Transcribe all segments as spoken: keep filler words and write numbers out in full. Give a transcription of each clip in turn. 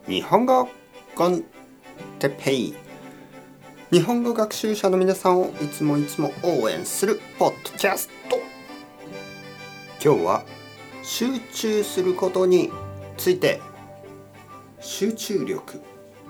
日本語コンテッペイ、日本語学習者の皆さんをいつもいつも応援するポッドキャスト。今日は集中することについて。集中力。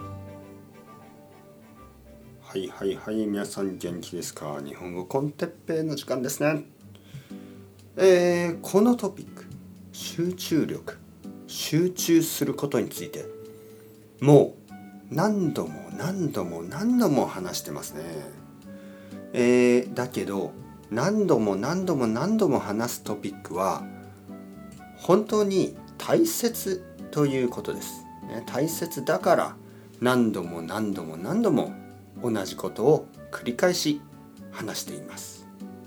はいはいはい、皆さん元気ですか？日本語コンテッペイの時間ですね。えー、このトピック、集中力、集中することについてもう何度も何度も何度も話してますね。えー、だけど何度も何度も何度も話すトピックは本当に大切ということです、ね、大切だから何度も何度も何度も同じことを繰り返し話しています。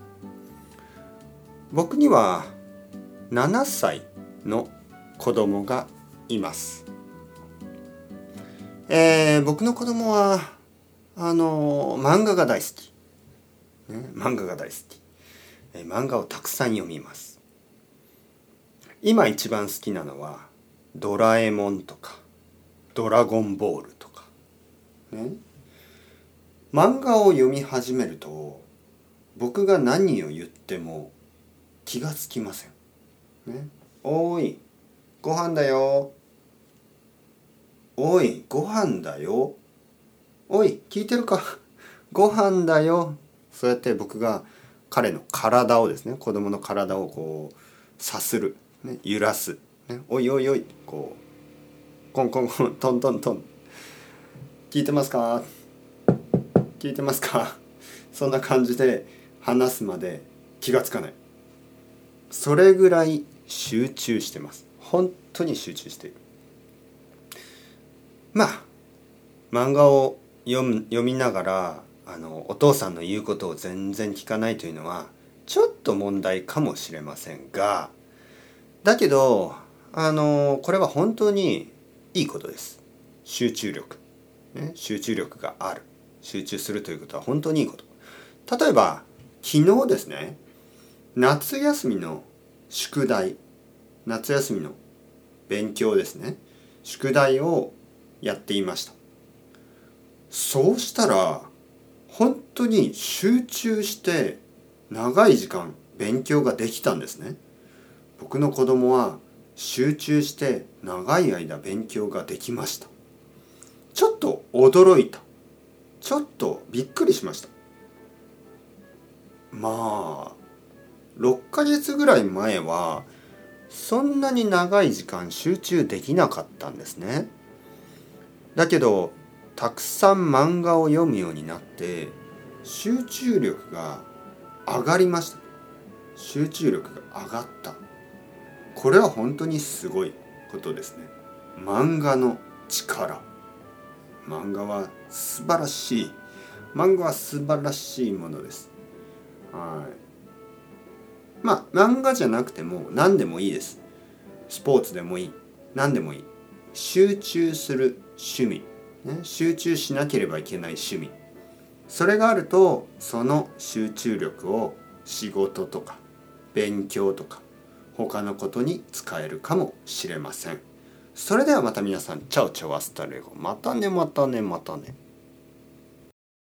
僕にはななさいの子供がいます。えー、僕の子供はあの漫画が大好き、ね、漫画が大好き、えー、漫画をたくさん読みます。今一番好きなのはドラえもんとかドラゴンボールとか、ね、漫画を読み始めると僕が何を言っても気がつきません、ね、おーいご飯だよ、おいご飯だよ、おい聞いてるかご飯だよ。そうやって僕が彼の体をですね、子供の体をこうさする、ね、揺らす、ね、おいおいおい、こうコンコンコントントントン、聞いてますか聞いてますかそんな感じで話すまで気がつかない。それぐらい集中してます。本当に集中している。まあ漫画を読む読みながらあのお父さんの言うことを全然聞かないというのはちょっと問題かもしれませんが、だけどあのこれは本当にいいことです。集中力、ね、集中力がある、集中するということは本当にいいこと。例えば昨日ですね、夏休みの宿題、夏休みの勉強ですね、宿題をやっていました。そうしたら本当に集中して長い時間勉強ができたんですね。僕の子供は集中して長い間勉強ができました。ちょっと驚いた。ちょっとびっくりしました。まあろっかげつぐらい前はそんなに長い時間集中できなかったんですね。だけどたくさん漫画を読むようになって集中力が上がりました。集中力が上がった。これは本当にすごいことですね。漫画の力。漫画は素晴らしい。漫画は素晴らしいものです。はい。まあ漫画じゃなくても何でもいいです。スポーツでもいい。何でもいい。集中する趣味、ね、集中しなければいけない趣味。それがあるとその集中力を仕事とか勉強とか他のことに使えるかもしれません。それではまた皆さん、チャオチャオアスタレゴ。またねまたねまたね。